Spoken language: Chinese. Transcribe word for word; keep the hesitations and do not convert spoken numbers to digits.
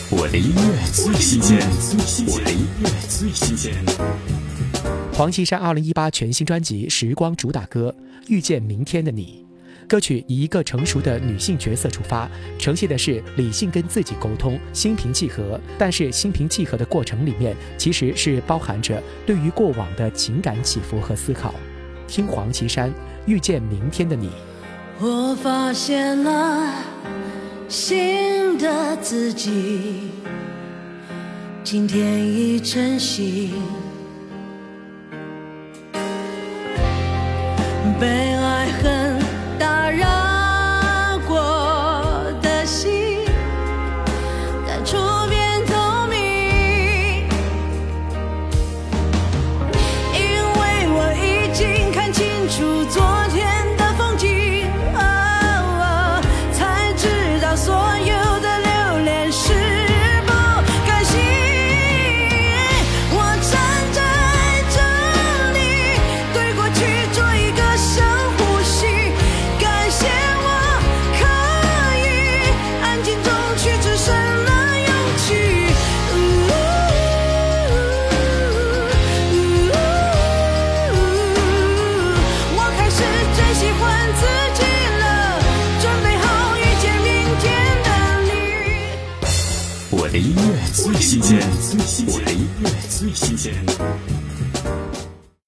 我的音乐最新鲜，我的音乐最新鲜。 黄绮珊二零一八全新专辑《时光》主打歌《遇见明天的你》，歌曲以一个成熟的女性角色出发，呈现的是理性跟自己沟通，心平气和。但是心平气和的过程里面，其实是包含着对于过往的情感起伏和思考。听黄绮珊《遇见明天的你》。 我发现了新的自己，今天已成型，被爱恨打扰过的心，感触变透明，因为我已经看清楚昨天的风景，哦，才知道所有的留恋是不甘心。我站在这里，对过去做一个深呼吸，感谢我可以安静中去只剩了勇气。我开始真喜欢自己了，准备好遇见明天的你。 我的音乐最新鲜，我的音乐最新鲜。